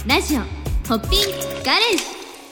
ラジオホッピンガレージ。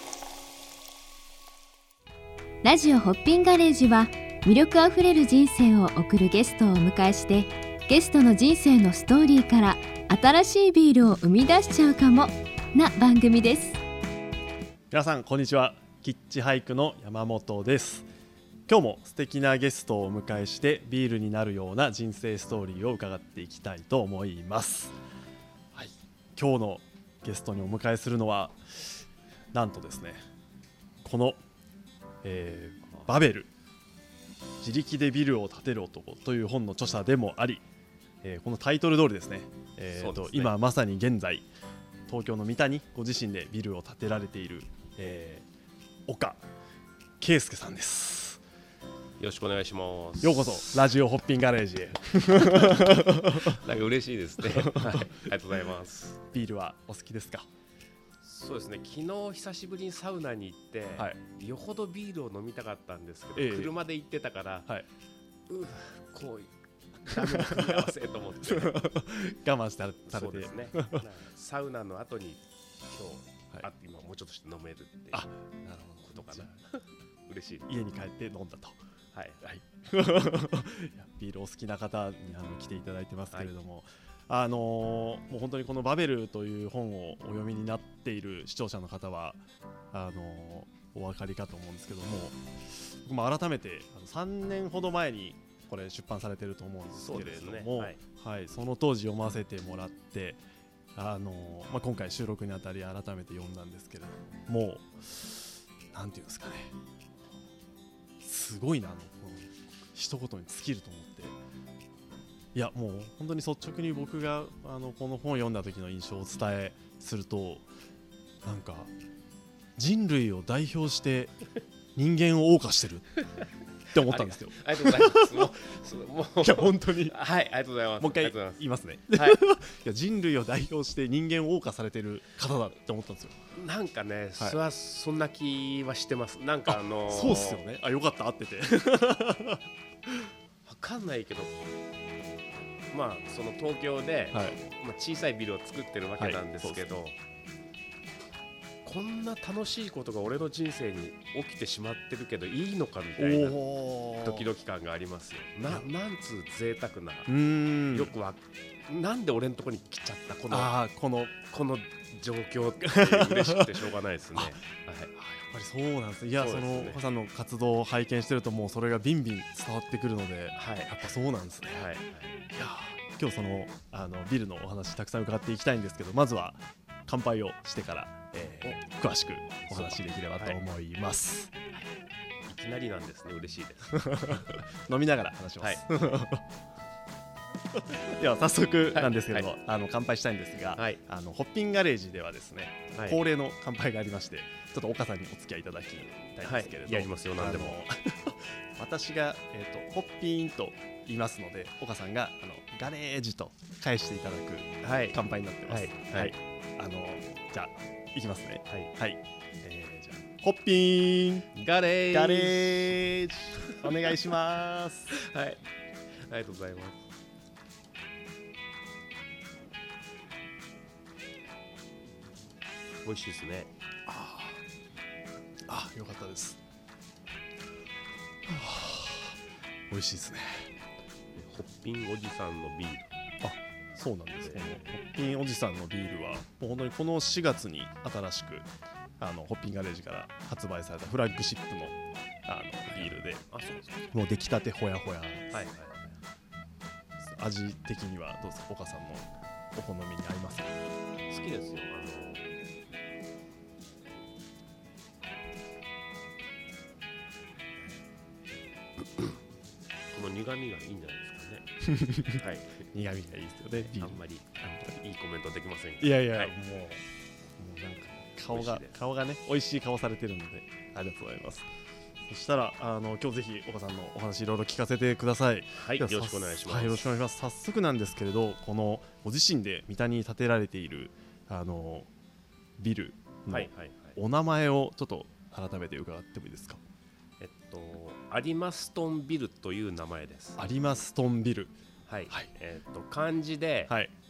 ラジオホッピンガレージは魅力あふれる人生を送るゲストをお迎えして、ゲストの人生のストーリーから新しいビールを生み出しちゃうかもな番組です。 皆さんこんにちは。キッチハイクの山本です。今日も素敵なゲストをお迎えしてビールになるような人生ストーリーを伺っていきたいと思います。はい、今日のゲストにお迎えするのはなんとですね、この、バベル自力でビルを建てる男という本の著者でもあり、このタイトル通りですね、今まさに現在東京の三田にご自身でビルを建てられている、岡圭介さんです。 よろしくお願いします。 ようこそラジオホッピンガレージへ。 なんか嬉しいですね。はい、ありがとうございます。 ビールはお好きですか？ そうですね、昨日久しぶりにサウナに行って、はい、よほどビールを飲みたかったんですけど、車で行ってたから、はい、こうダメな組み合わせと思って我慢されて。 そうですね。サウナの後に今日、今もうちょっとして飲めるっていう、なるほどことかな。嬉しい。 家に帰って飲んだと。 はいはい、 ビールお好きな方に来ていただいてますけれども、はい、もう本当にこのバベルという本をお読みになっている視聴者の方はお分かりかと思うんですけども、僕も改めて3年ほど前にこれ出版されていると思うんですけれども、はいはい、その当時読ませてもらって今回収録にあたり改めて読んだんですけれども、もうなんていうんですかね、すごいな一言に尽きると思って、いやもう本当に率直に僕がこの本を読んだ時の印象をお伝えすると、なんか人類を代表して人間を謳歌してるって思ったんですよ。 ありがとうございます。もういや本当に、 はい、ありがとうございます。 もう一回言いますね。 はい、いや人類を代表して人間を謳歌されてる方だって思ったんですよ。 なんかね、はい、そんな気はしてます。なんかそうっすよね。よかった、合ってて。 わかんないけど、その東京で、はい、小さいビルを作ってるわけなんですけど、はい、こんな楽しいことが俺の人生に起きてしまってるけどいいのかみたいなドキドキ感がありますよ。なんつう贅沢な、よくなんで俺のとこに来ちゃったこの状況って嬉しくてしょうがないですね。はい、やっぱりそうなんですね。いや、その岡さんの活動を拝見してるともうそれがビンビン伝わってくるので、はい、やっぱそうなんですね。はい、いや今日そのビルのお話たくさん伺っていきたいんですけど、まずは乾杯をしてから、詳しくお話しできればと思います。はい、 いきなりなんですね。嬉しいです。 飲みながら話します。はいでは早速なんですけども、はい、乾杯したいんですが、はい、ホッピンガレージではですね、はい、恒例の乾杯がありまして、ちょっと岡さんにお付き合いいただきたいんですけれども、 やりますよ。何でも私が、ホッピーンと言いますので、岡さんがガレージと返していただく、はい、乾杯になってます。はいはい、じゃあいきますね。はい、はい、じゃあホッピーンガレージお願いします。 はい、ありがとうございます。美味しいですね。 よかったです。美味しいですね。 ホッピンおじさんのビール。 そうなんですね。ホッピンおじさんのビールはもう本当にこの4月に新しくホッピンガレージから発売されたフラッグシップのビールで、もう出来たてほやほや。はいはい、味的にはどうですか？岡さんのお好みに合いますか？ 好きですよ。この苦味がいいんじゃないですかね。はい、 苦味がいいですよね。 あんまりいいコメントできませんけど。いやいや、はい、もうなんか顔がね、美味しい顔されてるのでありがとうございます。そしたら今日ぜひ岡さんのお話いろいろ聞かせてください。 はい、よろしくお願いします。 はい、よろしくお願いします。早速なんですけれど、このご自身で三田に建てられているビルのお名前をちょっと改めて伺ってもいいですか？ 有馬ストンビルという名前です。 有馬ストンビル。 はい。漢字で、はい、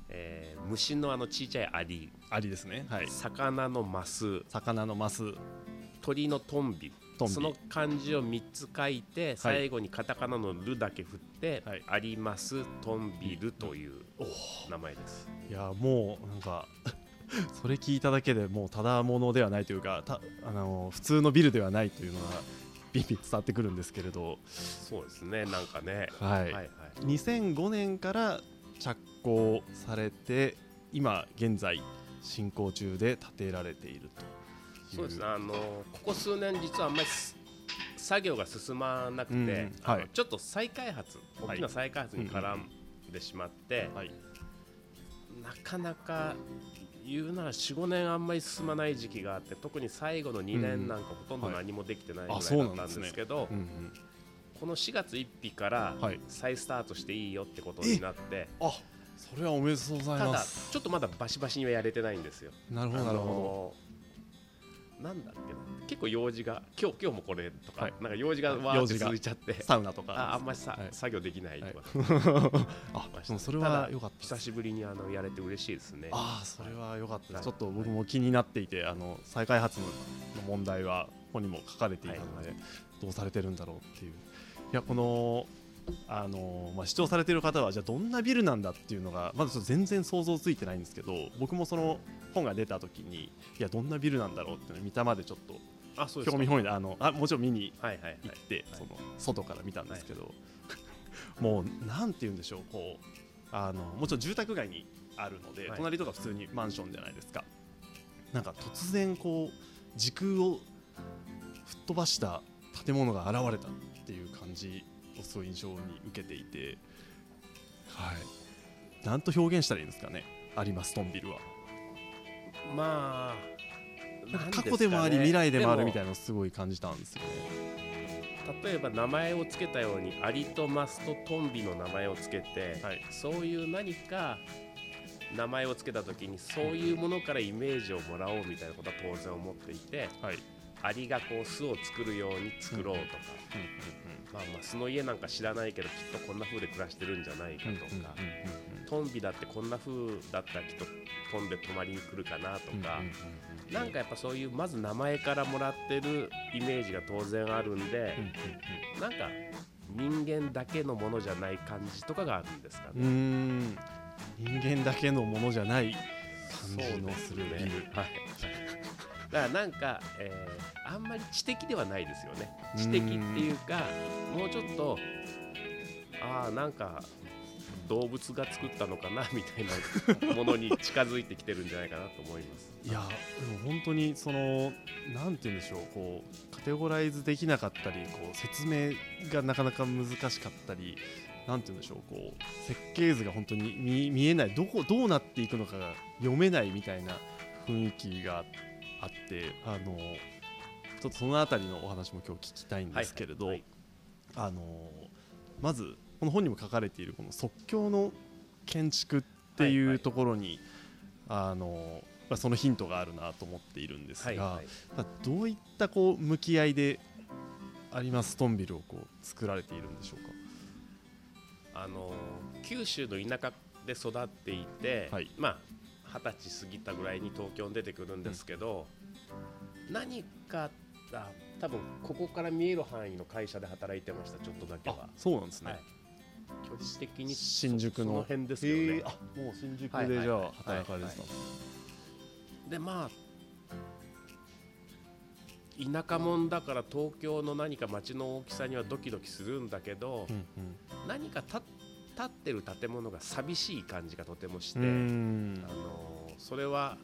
虫の小さいアリですね、はい、 魚のマス、鳥のトンビ、その漢字を3つ書いて最後にカタカナのルだけ振って、はい、アリマストンビルという名前です。 いやもうなんかそれ聞いただけでもうただものではないというか普通のビルではないというのがビンビン伝わってくるんですけれど、 そうですね、なんかね、 はいはいはい、2005年から着工されて今現在進行中で建てられていると。 そうですね、ここ数年実はあんまり作業が進まなくて、はい、ちょっと再開発、大きな再開発に絡んでしまって、はい、なかなか言うなら 4,5 年あんまり進まない時期があって、特に最後の2年なんかほとんど何もできてないぐらいだったんですけど、この4月1日から再スタートしていいよってことになって、 それはおめでとうございます。 ただちょっとまだバシバシにはやれてないんですよ。 なるほどなるほど。 なんだっけな、結構用事が今日もこれとか、なんか用事がわーって続いちゃって、 サウナとかあんまり作業できないとか、 でもそれは良かった。 久しぶりにやれて嬉しいですね。 それは良かったです。ちょっと僕も気になっていて、再開発の問題はここにも書かれていたので、どうされてるんだろうっていう。いやこの視聴されている方はじゃあどんなビルなんだっていうのがまだちょっと全然想像ついてないんですけど、僕もその本が出た時にいやどんなビルなんだろうっていうのを見たまでちょっと興味本位でもちろん見に行ってその外から見たんですけど、もうなんて言うんでしょう、こうもちろん住宅街にあるので、隣とか普通にマンションじゃないですか。なんか突然こう時空を吹っ飛ばした建物が現れたっていう感じをすごい印象に受けていて、はい、なんと表現したらいいんですかね、アリマストンビルは。 まあ過去でもあり未来でもあるみたいなのをすごい感じたんですよね。 例えば名前をつけたようにアリとマスとトンビの名前をつけて、そういう何か名前をつけた時にそういうものからイメージをもらおうみたいなことは当然思っていて、アリがこう巣を作るように作ろうとか、巣の家なんか知らないけどきっとこんな風で暮らしてるんじゃないかとか、トンビだってこんな風だったらきっと飛んで泊まりに来るかなとか、なんかやっぱそういうまず名前からもらってるイメージが当然あるんで、なんか人間だけのものじゃない感じとかがあるんですかね。 人間だけのものじゃない感じのするビル。 だからなんか、あんまり知的ではないですよね。知的っていうかもうちょっとなんか動物が作ったのかなみたいなものに近づいてきてるんじゃないかなと思います。 いやでも本当にそのなんて言うんでしょう、こうカテゴライズできなかったり、こう説明がなかなか難しかったり、なんて言うんでしょう、こう設計図が本当に 見えない、どうなっていくのかが読めないみたいな雰囲気があって、ちょっとそのあたりのお話も今日聞きたいんですけれど、まずこの本にも書かれているこの即興の建築っていうところに、そのヒントがあるなと思っているんですが、どういったこう向き合いでアリマストンビルをこう作られているんでしょうか。 九州の田舎で育っていて、20歳過ぎたぐらいに東京に出てくるんですけど、何か多分ここから見える範囲の会社で働いてました。ちょっとだけは。 そうなんですね。 距離的に新宿のその辺ですよね。 もう新宿でじゃあ働かれてたんです。 で田舎もんだから東京の何か街の大きさにはドキドキするんだけど、何か立ってる建物が寂しい感じがとてもして、それは、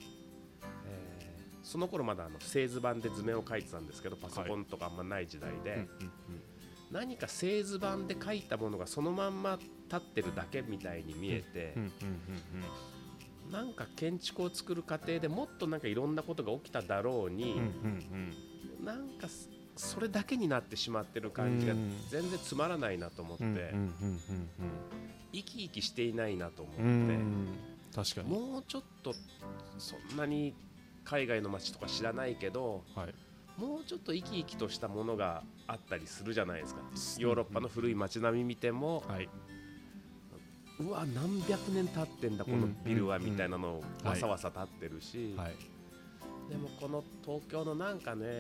その頃まだ製図板で図面を描いてたんですけど、パソコンとかあんまない時代で、何か製図板で描いたものがそのまんま立ってるだけみたいに見えて、なんか建築を作る過程でもっとなんかいろんなことが起きただろうに、なんかそれだけになってしまってる感じが全然つまらないなと思って、生き生きしていないなと思って、 確かにもうちょっとそんなに海外の街とか知らないけど、もうちょっと生き生きとしたものがあったりするじゃないですか。ヨーロッパの古い街並み見ても、 うわ何百年経ってんだこのビルはみたいなのわさわさ立ってるし、 はい、 でもこの東京のなんかね、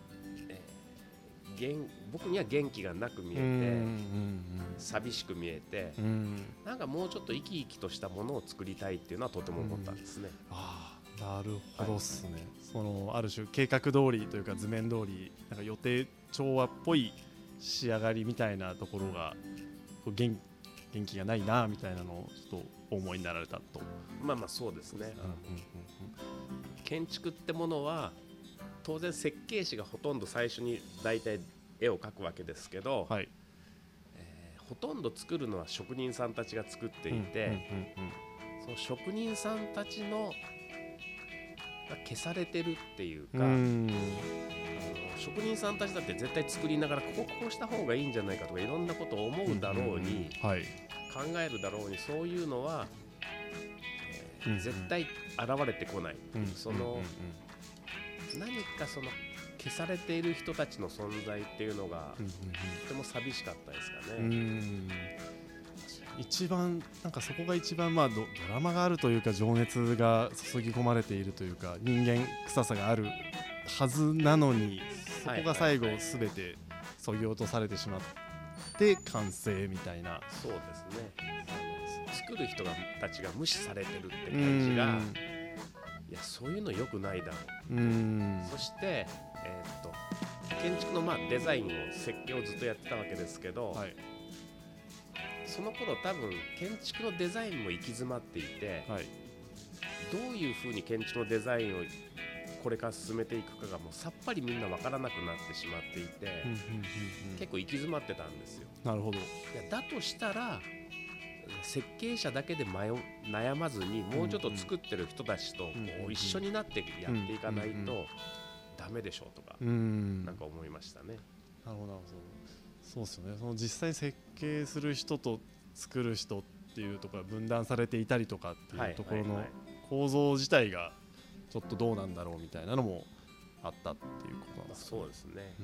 僕には元気がなく見えて、寂しく見えて、なんかもうちょっと生き生きとしたものを作りたいっていうのはとても思ったんですね。 ああ、なるほどっすね、はい、そのある種計画通りというか図面通りなんか予定調和っぽい仕上がりみたいなところが元気がないなみたいなのをちょっとお思いになられたと。 まあそうですね、建築ってものは当然設計士がほとんど最初に大体絵を描くわけですけど、はい、ほとんど作るのは職人さんたちが作っていて、その職人さんたちのが消されてるっていうか、職人さんたちだって絶対作りながらこうした方がいいんじゃないかとかいろんなことを思うだろうに、はい、考えるだろうに、そういうのは、絶対現れてこない、その何かその消されている人たちの存在っていうのが、とても寂しかったですかね。 一番なんかそこが一番ドラマがあるというか情熱が注ぎ込まれているというか人間臭さがあるはずなのに、そこが最後すべて削ぎ落とされてしまって完成みたいな。 そうですね、作る人たちが無視されてるって感じが、いやそういうの良くないだろう。そして、建築のデザインを設計をずっとやってたわけですけど、はい、その頃多分建築のデザインも行き詰まっていて、はい、どういうふうに建築のデザインをこれから進めていくかがもうさっぱりみんな分からなくなってしまっていて、結構行き詰まってたんですよ。 なるほど。 いやだとしたら設計者だけで悩まずにもうちょっと作ってる人たちと一緒になってやっていかないとダメでしょうとかなんか思いましたね。 なるほど。そうですよね。その実際設計する人と作る人っていうところが分断されていたりとかっていうところの構造自体がちょっとどうなんだろうみたいなのもあったっていうことなんですかね。 そうですね。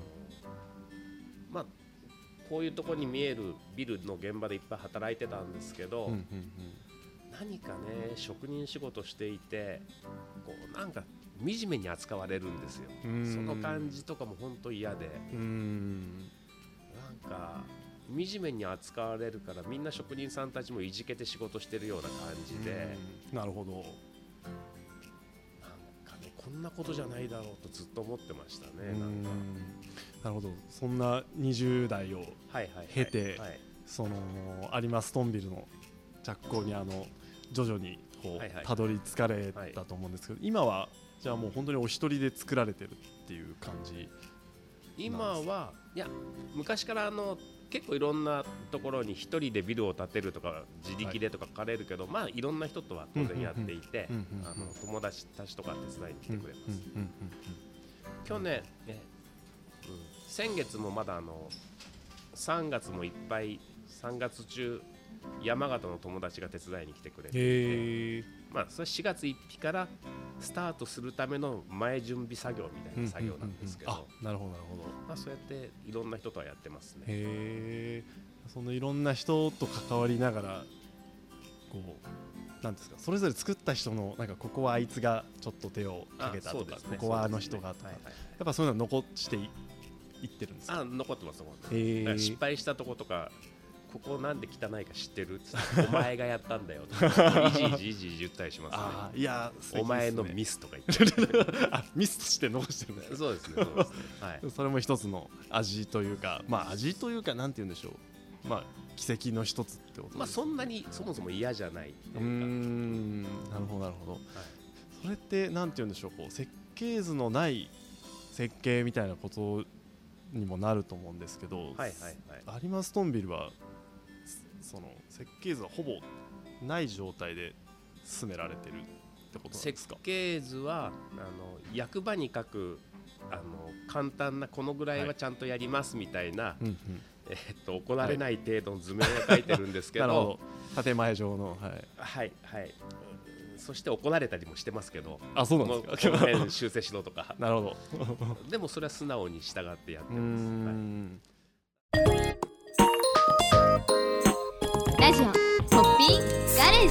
こういうところに見えるビルの現場でいっぱい働いてたんですけど、何かね職人仕事していてこうなんか惨めに扱われるんですよ。その感じとかも本当嫌で、なんか惨めに扱われるからみんな職人さんたちもいじけて仕事してるような感じで、 なるほど。 こんなことじゃないだろうとずっと思ってましたね。 なるほど。そんな20代を経てその有馬ストンビルの着工に徐々にこうたどり着かれたと思うんですけど、今はじゃあもう本当にお一人で作られてるっていう感じ。 今はいや昔から結構いろんなところに一人でビルを建てるとか自力でとか書かれるけど、いろんな人とは当然やっていて、友達たちとか手伝いに来てくれます。去年、先月もまだ3月もいっぱい3月中山形の友達が手伝いに来てくれて、それ4月1日からスタートするための前準備作業みたいな作業なんですけど、 なるほどなるほど。そうやっていろんな人とはやってますね。 そのいろんな人と関わりながらこうなんですか、それぞれ作った人のなんかここはあいつがちょっと手をかけたとか、ここはあの人がとか、やっぱそういうのは残していってるんですか。 残ってます。失敗したとことかここなんで汚いか知ってるお前がやったんだよとかいじ言ったりしますね。 いやお前のミスとか言ってミスとして残してるんですか。 そうですね。 それも一つの味というか、味というかなんて言うんでしょう、奇跡の一つってことです。 そんなにそもそも嫌じゃないというか。 なるほどなるほど。それってなんて言うんでしょう、こう設計図のない設計みたいなことにもなると思うんですけど、有馬ストンビルはその設計図はほぼない状態で進められてるってことなんですか。 設計図は役場に書く簡単なこのぐらいはちゃんとやりますみたいな、怒られない程度の図面を書いてるんですけど、 建前上のそして怒られたりもしてますけど、 そうなんですか。 この辺修正しろとかなるほど。でもそれは素直に従ってやってます。 ラジオガレージ。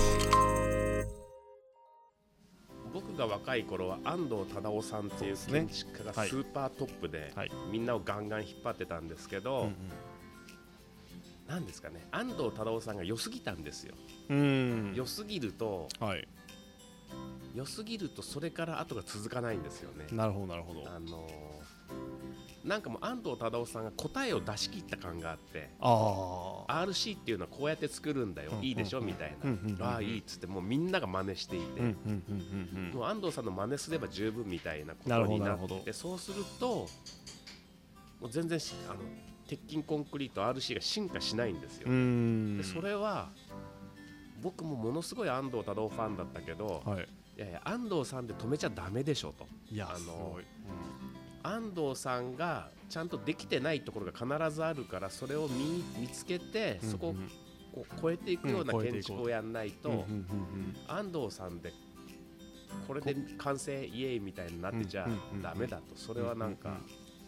僕が若い頃は安藤忠雄さんっていう建築家がスーパートップで、みんなをガンガン引っ張ってたんですけど、なんですかね、安藤忠雄さんが良すぎたんですよ。良すぎると、良すぎるとそれから後が続かないんですよね。 なるほどなるほど。 なんかもう安藤忠雄さんが答えを出し切った感があって、RC っていうのはこうやって作るんだよ、いいでしょみたいな、ああいいっつってもうみんなが真似していて、もう安藤さんの真似すれば十分みたいなことになって、そうするともう全然鉄筋コンクリート RC が進化しないんですよ。でそれは僕もものすごい安藤忠雄ファンだったけど、いやいや安藤さんで止めちゃダメでしょと。いやすごい、安藤さんがちゃんとできてないところが必ずあるから、それを見つけて、そこをこう超えていくような建築をやんないと、安藤さんでこれで完成イエーイみたいになってちゃダメだと。それはなんか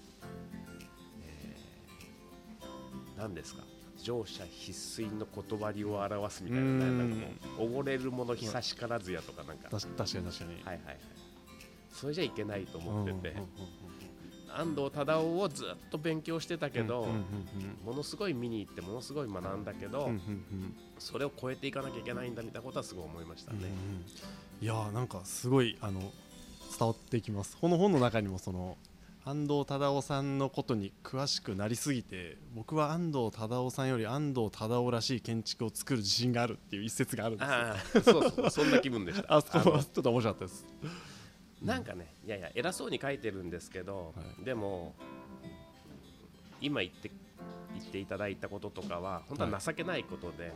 何ですか、乗車必須の断りを表すみたいな、なんかもうおごれるもの久しからずやとか、なんか確かにそれじゃいけないと思ってて、安藤忠雄をずっと勉強してたけど、ものすごい見に行ってものすごい学んだけど、それを超えていかなきゃいけないんだみたいなことはすごい思いましたね。 いやーなんかすごい伝わってきます。この本の中にもその安藤忠雄さんのことに詳しくなりすぎて、僕は安藤忠雄さんより安藤忠雄らしい建築を作る自信があるっていう一節があるんですよ。 そうそんな気分でした。 ちょっと面白かったです。 なんかね、いやいや偉そうに書いてるんですけど、でも今言っていただいたこととかは本当は情けないことで、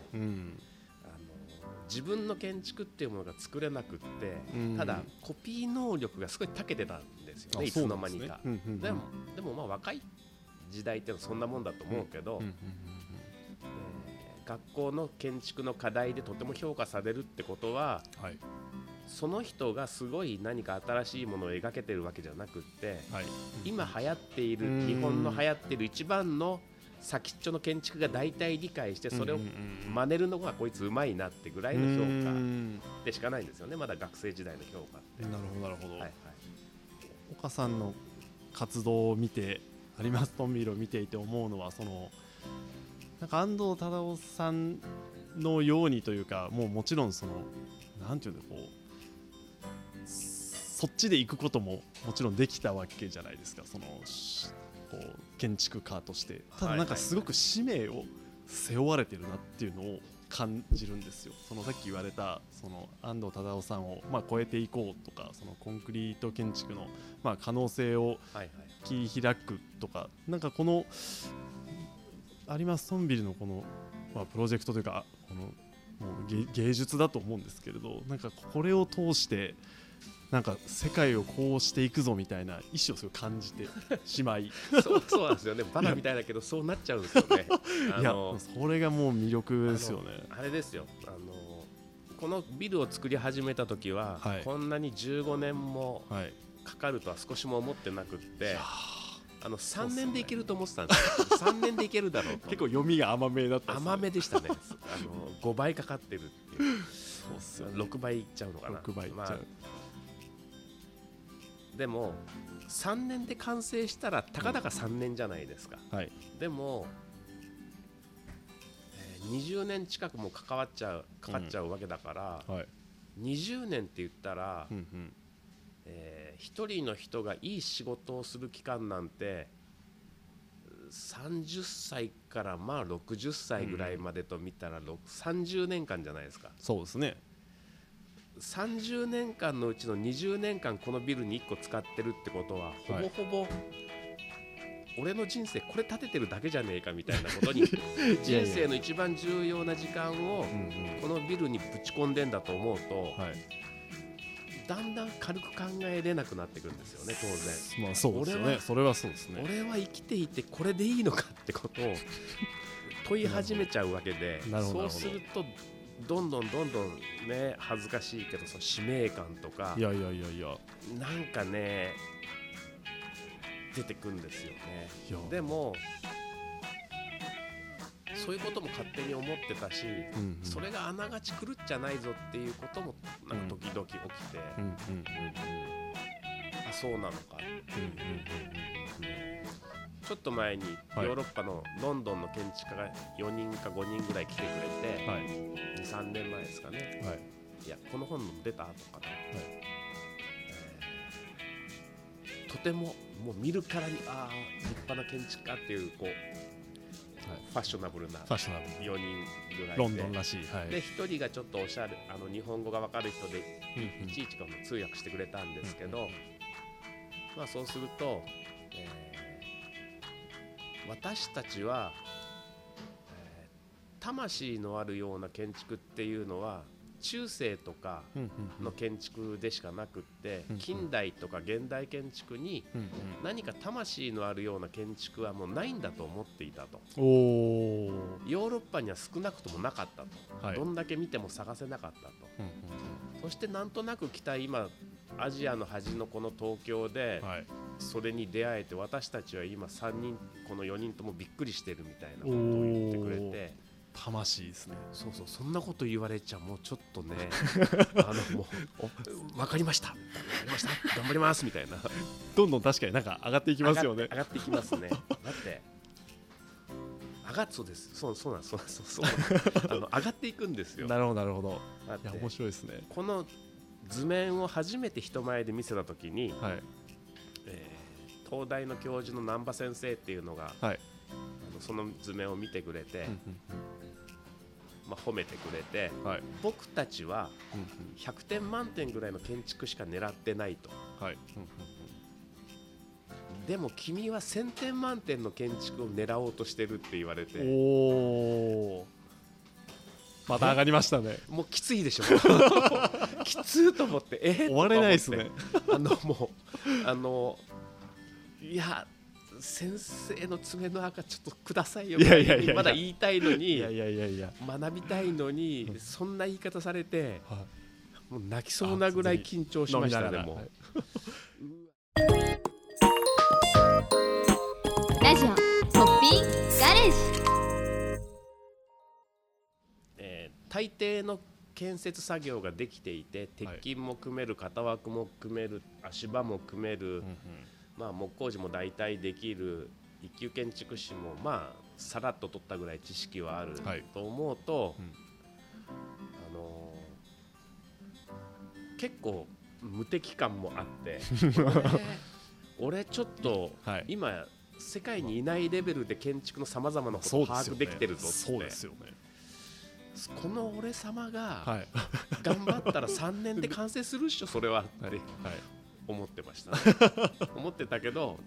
自分の建築っていうものが作れなくって、ただコピー能力がすごい長けてたんですよね、いつの間にか。でもまあ若い時代ってのはそんなもんだと思うけど、学校の建築の課題でとても評価されるってことは、その人がすごい何か新しいものを描けてるわけじゃなくって、今流行っている、日本の流行っている一番の先っちょの建築が大体理解して、それを真似るのがこいつうまいなってぐらいの評価でしかないんですよね、まだ学生時代の評価って。 なるほどなるほど。岡さんの活動を見て、有松トンビールを見ていて思うのは、そのなんか安藤忠雄さんのようにというか、もちろんそのなんていうの、こうそっちで行くことももちろんできたわけじゃないですか、そのこう建築家として。ただなんかすごく使命を背負われてるなっていうのを感じるんですよ。そのさっき言われたその安藤忠雄さんを超えていこうとか、そのコンクリート建築の可能性を切り開くとか、なんかこの有松トンビルのこのプロジェクトというか、このもう芸術だと思うんですけれど、なんかこれを通してなんか世界をこうしていくぞみたいな意思をすごい感じてしまいそうなんですよね。バカみたいだけどそうなっちゃうんですよね。 いやそれがもう魅力ですよね。 あれですよ、このビルを作り始めた時は、こんなに15年もかかるとは少しも思ってなくって、3年でいけると思ってたんですよ。3年でいけるだろうと。 結構読みが甘めだったんですね。 甘めでしたね。5倍かかってるっていう。そうっすよね。6倍いっちゃうのかな。 6倍いっちゃう。 でも3年で完成したらたかだか3年じゃないですか。でも、20年近くもかかっちゃうわけだから、20年って言ったら、一人の人がいい仕事をする期間なんて30歳から60歳ぐらいまでと見たら30年間じゃないですか。 そうですね。 30年間のうちの20年間このビルに1個使ってるってことは、ほぼほぼ俺の人生これ建ててるだけじゃねえかみたいなことに人生の一番重要な時間をこのビルにぶち込んでんだと思うと、だんだん軽く考えれなくなってくるんですよね、当然。 そうですよね。それはそうですね。 俺は生きていてこれでいいのかってことを問い始めちゃうわけで、そうするとどんどんね、恥ずかしいけどその使命感とかなんかね出てくるんですよね。でもそういうことも勝手に思ってたし、それがあながち狂っちゃないぞっていうこともなんか時々起きて、あ、そうなのかっていう、ちょっと前にヨーロッパのロンドンの建築家が4人か5人ぐらい来てくれて、2、3年前ですかね、いやこの本の出た後かな、とてももう見るからに立派な建築家っていうこうファッショナブルな4人ぐらいで、 ロンドンらしい、 で1人がちょっとおしゃれ日本語が分かる人でいちいち通訳してくれたんですけど、まあそうすると、私たちは、魂のあるような建築っていうのは中世とかの建築でしかなくって、近代とか現代建築に何か魂のあるような建築はもうないんだと思っていたと。ヨーロッパには少なくともなかったと、どんだけ見ても探せなかったと、そしてなんとなく来た今アジアの端のこの東京でそれに出会えて、私たちは今3人この4人ともびっくりしてるみたいなことを言ってくれて、 魂ですね。 そう、そんなこと言われちゃもうちょっとねもう分かりました頑張りますみたいなどんどん確かになんか上がっていきますよね。 上がっていきますね。だってそうです、そうなんです上がっていくんですよ。なるほどいや面白いですね。この図面を初めて人前で見せたときに、東大の教授の難波先生っていうのが、その図面を見てくれて、褒めてくれて、僕たちは100点満点ぐらいの建築しか狙ってないと、でも君は1000点満点の建築を狙おうとしてるって言われて、 また上がりましたね。 もうきついでしょきつーと思って、 終われないですね。 いや先生の爪の赤ちょっとくださいよ、まだ言いたいのに、学びたいのに、そんな言い方されて、もう泣きそうなぐらい緊張しましたね。もうラジオホッピーガレージ、 大抵の建設作業ができていて、鉄筋も組める、型枠も組める、足場も組める、木工事も大体できる、一級建築士もさらっと取ったぐらい知識はあると思うと、結構無敵感もあって俺ちょっと今世界にいないレベルで建築のさまざまなことを把握できてるぞって、この俺様が頑張ったら3年で完成するっしょそれはって思ってました思ってたけど、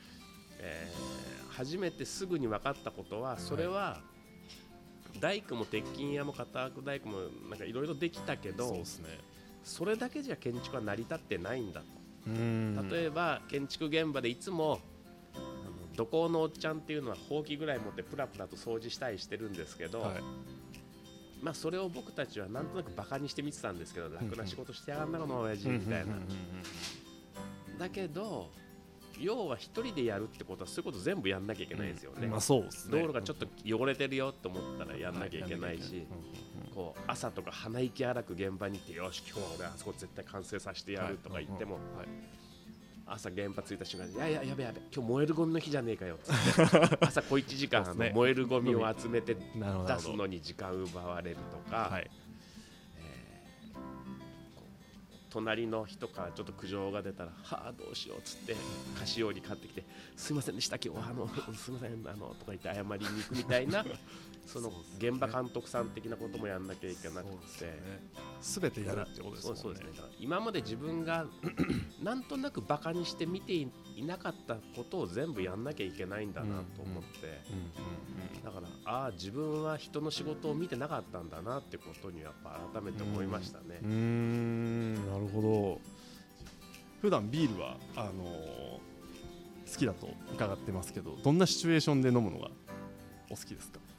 初めてすぐに分かったことは、それは大工も鉄筋屋も型枠大工もなんかいろいろできたけど、それだけじゃ建築は成り立ってないんだと。例えば建築現場でいつも土工のおっちゃんっていうのはほうきぐらい持ってプラプラと掃除したりしてるんですけど、それを僕たちはなんとなくバカにして見てたんですけど、楽な仕事してやがんなこの親父みたいな。だけど要は一人でやるってことはそういうこと全部やんなきゃいけないですよね。道路がちょっと汚れてるよと思ったらやんなきゃいけないし、こう朝とか鼻息荒く現場に行って、よし今日は俺あそこ絶対完成させてやるとか言っても、朝現場着いた瞬間にやべ今日燃えるゴミの日じゃねえかよって朝小1時間燃えるゴミを集めて出すのに時間奪われるとか、隣の人からちょっと苦情が出たら、どうしようっつって菓子折り買ってきて、すいませんでした今日はすいませんとか言って謝りに行くみたいなその現場監督さん的なこともやんなきゃいけなくて、 全てやるってことですもんね。 そうですね。だから今まで自分がなんとなくバカにして見ていなかったことを全部やんなきゃいけないんだなと思って、だから自分は人の仕事を見てなかったんだなってことにやっぱ改めて思いましたね。 なるほど。普段ビールは好きだと伺ってますけど、どんなシチュエーションで飲むのがお好きですか？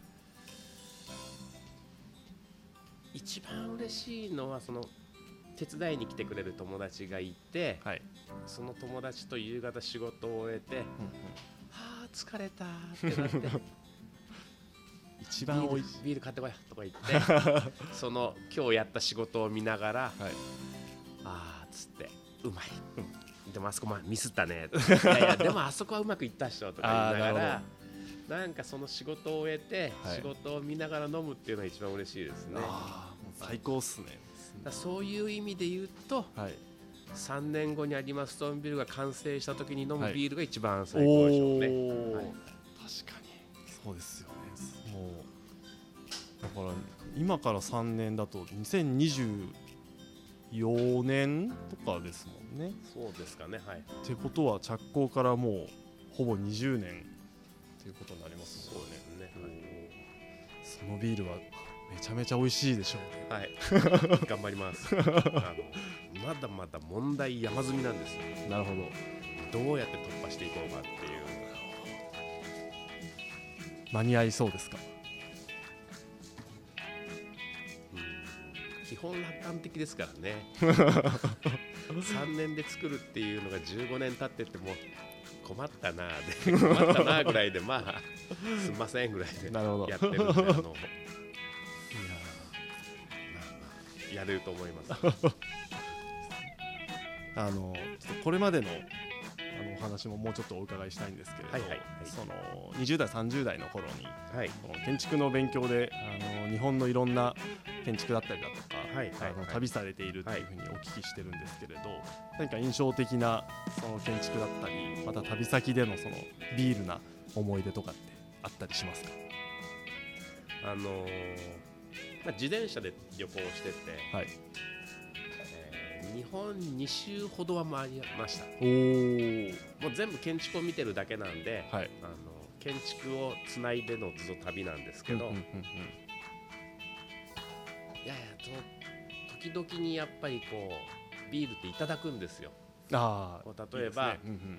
一番嬉しいのはその手伝いに来てくれる友達がいて、その友達と夕方仕事を終えて、疲れたってなって一番美味しいビール買ってこいとか言ってその今日やった仕事を見ながら、はい、あーっつってうまい、でもあそこミスったねいやいやでもあそこはうまくいったっしょとか言いながらなんかその仕事を終えて、はい、仕事を見ながら飲むっていうのが一番嬉しいですね。 あもう最高っすね。 だそういう意味で言うと、はい、3年後に有馬ストーンビルが完成した時に飲むビールが一番最高でしょうね、はい、 確かにそうですよね。もうだから今から3年だと2024年とかですもんね。 そうですかね、はい、 ってことは着工からもうほぼ20年ということになりますもんね。 そうですね、はい、 そのビールはめちゃめちゃ美味しいでしょう。 はい頑張りますまだまだ問題山積みなんですよ。 なるほど。 どうやって突破していこうかっていう。 間に合いそうですか？ 基本楽観的ですからね3年で作るっていうのが15年経ってても困ったなで困ったなぐらいでまあすんませんぐらいでやってるんでやれると思いますこれまでのお話ももうちょっとお伺いしたいんですけれど、はいはいはい、その20代30代の頃に、はい、建築の勉強で日本のいろんな建築だったりだとか、はいはいはい、旅されているというふうにお聞きしてるんですけれど、何か印象的なその建築だったりまた旅先でのそのビールな思い出とかってあったりしますか？ 自転車で旅行してて、はい日本2周ほどは回りました。もう全部建築を見てるだけなんで、はい、建築をつないでの旅なんですけど、いやいや時々にやっぱりこうビールっていただくんですよ。例えば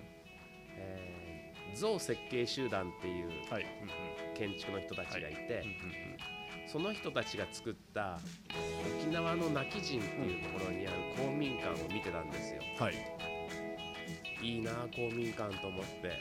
造設計集団っていう建築の人たちがいて、その人たちが作った沖縄の今帰仁っていうところにある公民館を見てたんですよ、はい、いいな公民館と思って、はい、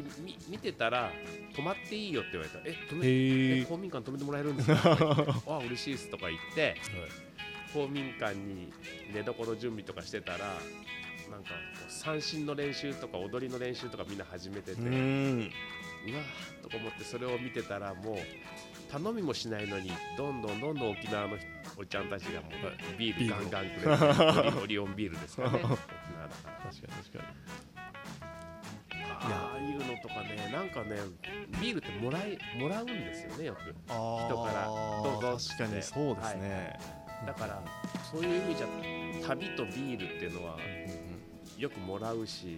見てたら泊まっていいよって言われたら公民館泊めてもらえるんですかあ嬉しいですとか言って、はい、公民館に寝床の準備とかしてたらなんか三振の練習とか踊りの練習とかみんな始めててうわーとか思ってそれを見てたらもう頼みもしないのにどんどん沖縄のおっちゃんたちがもうビールガンガンくれるオリオンビールですからね沖縄だから確かにああいうのとかねなんかねビールってもらうんですよねよく人からどうぞ確かにそうですね、 はい、だからそういう意味じゃ旅とビールっていうのはよくもらうし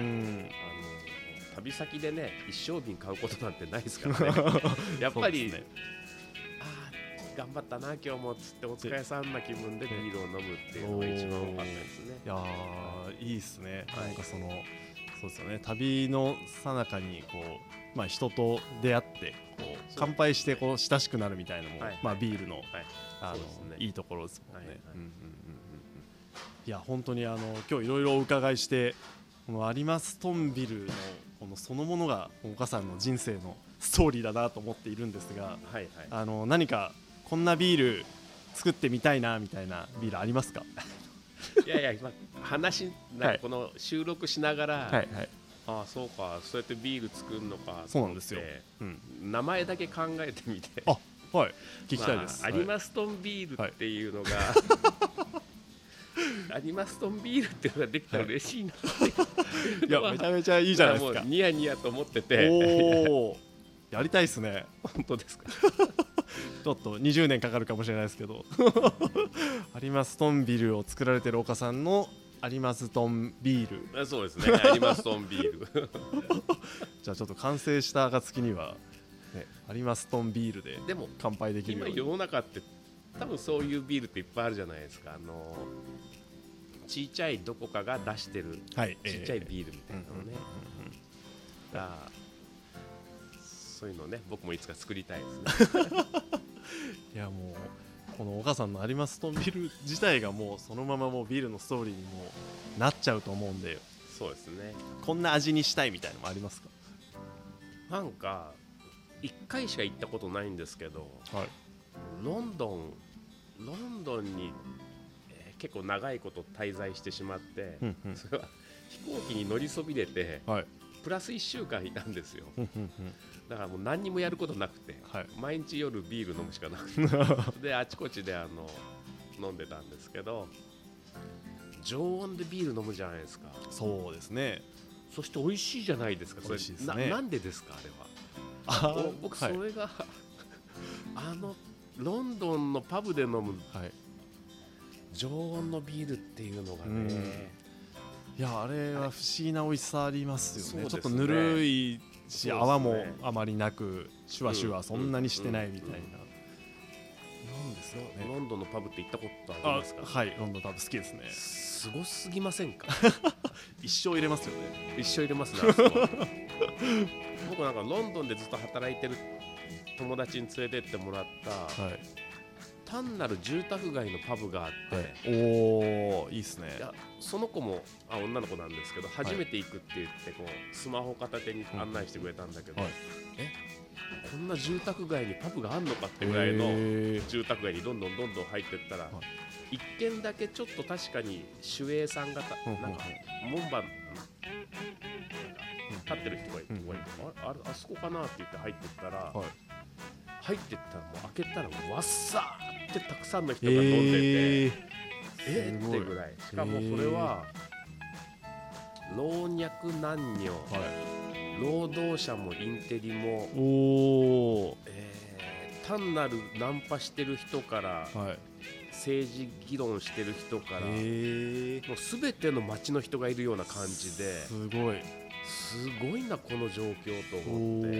旅先でね一升瓶買うことなんてないですからねやっぱり、ね、頑張ったな今日もっつってお疲れさんな気分でビールを飲むっていうのが一番多かったですね。 いやいいですね、はい、なんかそうですよね旅の最中にこう、人と出会ってこう乾杯してこう親しくなるみたいなのも、ビールの、いいところですもんね。いや本当に今日いろいろお伺いしてこの有馬ストンビルのこのそのものが岡さんの人生のストーリーだなと思っているんですが、はいはい、何かこんなビール作ってみたいなみたいなビールありますか？ いやいや、この収録しながら、はいはい、ああそうかそうやってビール作るのかそうなんですよ、 名前だけ考えてみてはい聞きたいです、 有馬ストンビールっていうのが、有馬ストンビールっていうのができたら嬉しいなって、 いやめちゃめちゃいいじゃないですか。 もうニヤニヤと思っててやりたいですね。 本当ですか？ ちょっと20年かかるかもしれないですけど有馬ストンビルを作られてる岡さんの有馬ストンビールそうですね有馬ストンビールじゃあちょっと完成した暁には、有馬ストンビールで乾杯できるように。 今世の中って多分そういうビールっていっぱいあるじゃないですか。ちっちゃいどこかが出してるちっちゃいビールみたいなのね、そういうのね僕もいつか作りたいですねいやもうこの岡さんの有馬ストンビール自体がもうそのままもうビールのストーリーにもなっちゃうと思うんで。そうですね。こんな味にしたいみたいなのもありますか？ なんか 1回しか行ったことないんですけど、 はい、 ロンドンに、結構長いこと滞在してしまって、 うんうん、 それは飛行機に乗りそびれて、 はい、 プラス1週間いたんですよ、 うんうんうん、 だからもう何にもやることなくて、 はい、 毎日夜ビール飲むしかなくてであちこちで飲んでたんですけど、常温でビール飲むじゃないですか。 そうですね。 そして美味しいじゃないですか。 美味しいですね。 なんでですかあれは。僕それが、はい、ロンドンのパブで飲む、はい、常温のビールっていうのがね、 いやあれは不思議な美味しさありますよね。 はい、 ちょっとぬるいし、泡もあまりなくシュワシュワそんなにしてないみたいな、なんですよね。 ロンドンのパブって行ったことありますか？ はい、ロンドンパブ好きですね。 すごすぎませんか？ 一生入れますよね。 一生入れますね。あそこ僕なんかロンドンでずっと働いてる友達に連れてってもらった、はい、単なる住宅街のパブがあって、はい、 おー、いいですね。 いやその子も女の子なんですけど、初めて行くって言ってこうスマホ片手に案内してくれたんだけど、はい、こんな住宅街にパブがあんのかってぐらいの住宅街にどんどん入っていったら、一軒だけちょっと確かに守衛さんがなんか門番立ってる人がいて、あそこかなって言って入っていったら、入っていったらもう開けたらわっさーってたくさんの人が飲んでて、ってぐらい。しかもそれは老若男女、労働者もインテリも、単なるナンパしてる人から、政治議論してる人から、もう全ての街の人がいるような感じで、すごいなこの状況と思って。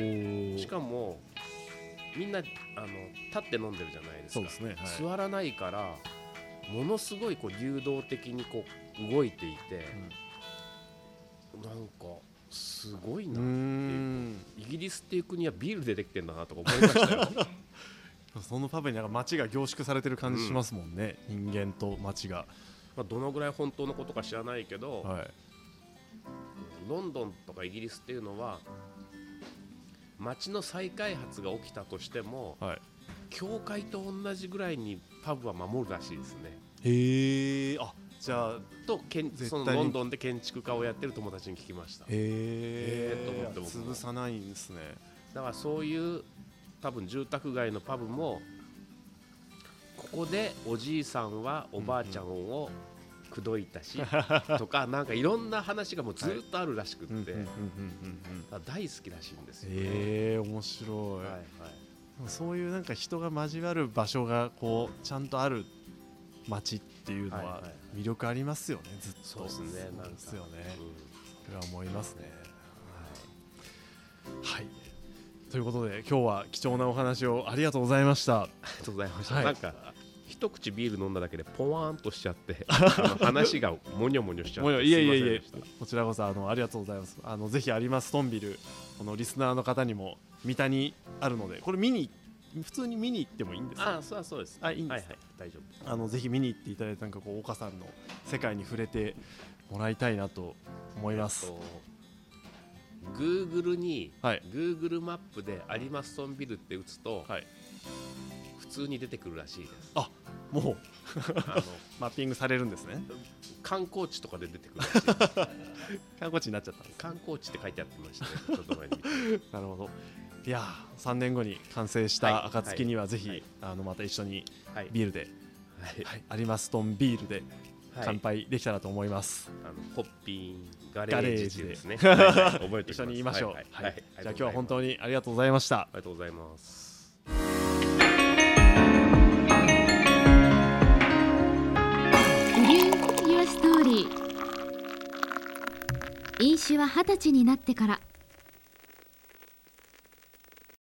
しかもみんな立って飲んでるじゃないですか。そうですね、はい、座らないからものすごいこう流動的にこう動いていて、なんかすごいなっていう。イギリスっていう国はビールでできてんだなとか思いましたよ。 そのパブになんか街が凝縮されてる感じしますもんね、人間と街が。 どのぐらい本当のことか知らないけど、ロンドンとかイギリスっていうのは街の再開発が起きたとしても、教会と同じぐらいにパブは守るらしいですね。 へー、あ、じゃあそのロンドンで建築家をやってる友達に聞きました。と思って僕潰さないんですね。 だからそういう多分住宅街のパブもここでおじいさんはおばあちゃんを口説いたしとか、なんかいろんな話がもうずっとあるらしくって大好きらしいんですよね。 面白い。そういうなんか人が交わる場所がこうちゃんとある街っていうのは魅力ありますよね。ずっとそうですね。なんですよね。それは思いますね。はい。ということで今日は貴重なお話をありがとうございました。 ありがとうございました。なんか一口ビール飲んだだけでポワーンとしちゃって話がモニョモニョしちゃって。 いえこちらこそありがとうございます。ぜひ有馬ストンビル、このリスナーの方にも三田にあるので、これ普通に見に行ってもいいんですか？ そうです。 いいんです。 大丈夫。 ぜひ見に行っていただいて、なんかこう岡さんの世界に触れてもらいたいなと思います。 Google に、Google マップで有馬ストンビルって打つと、普通に出てくるらしいです。 あ、もうマッピングされるんですね。 観光地とかで出てくるらしいです。 観光地になっちゃったんです。 観光地って書いてあってましたね。ちょっと前になるほど。いや3年後に完成した暁にはぜひまた一緒にビールで、有馬ストンビールで乾杯できたらと思います。 ホッピンガレージですね。 覚えて一緒に言いましょう。じゃあ今日は本当にありがとうございました。 ありがとうございます。 Your Story。飲酒は20歳になってから。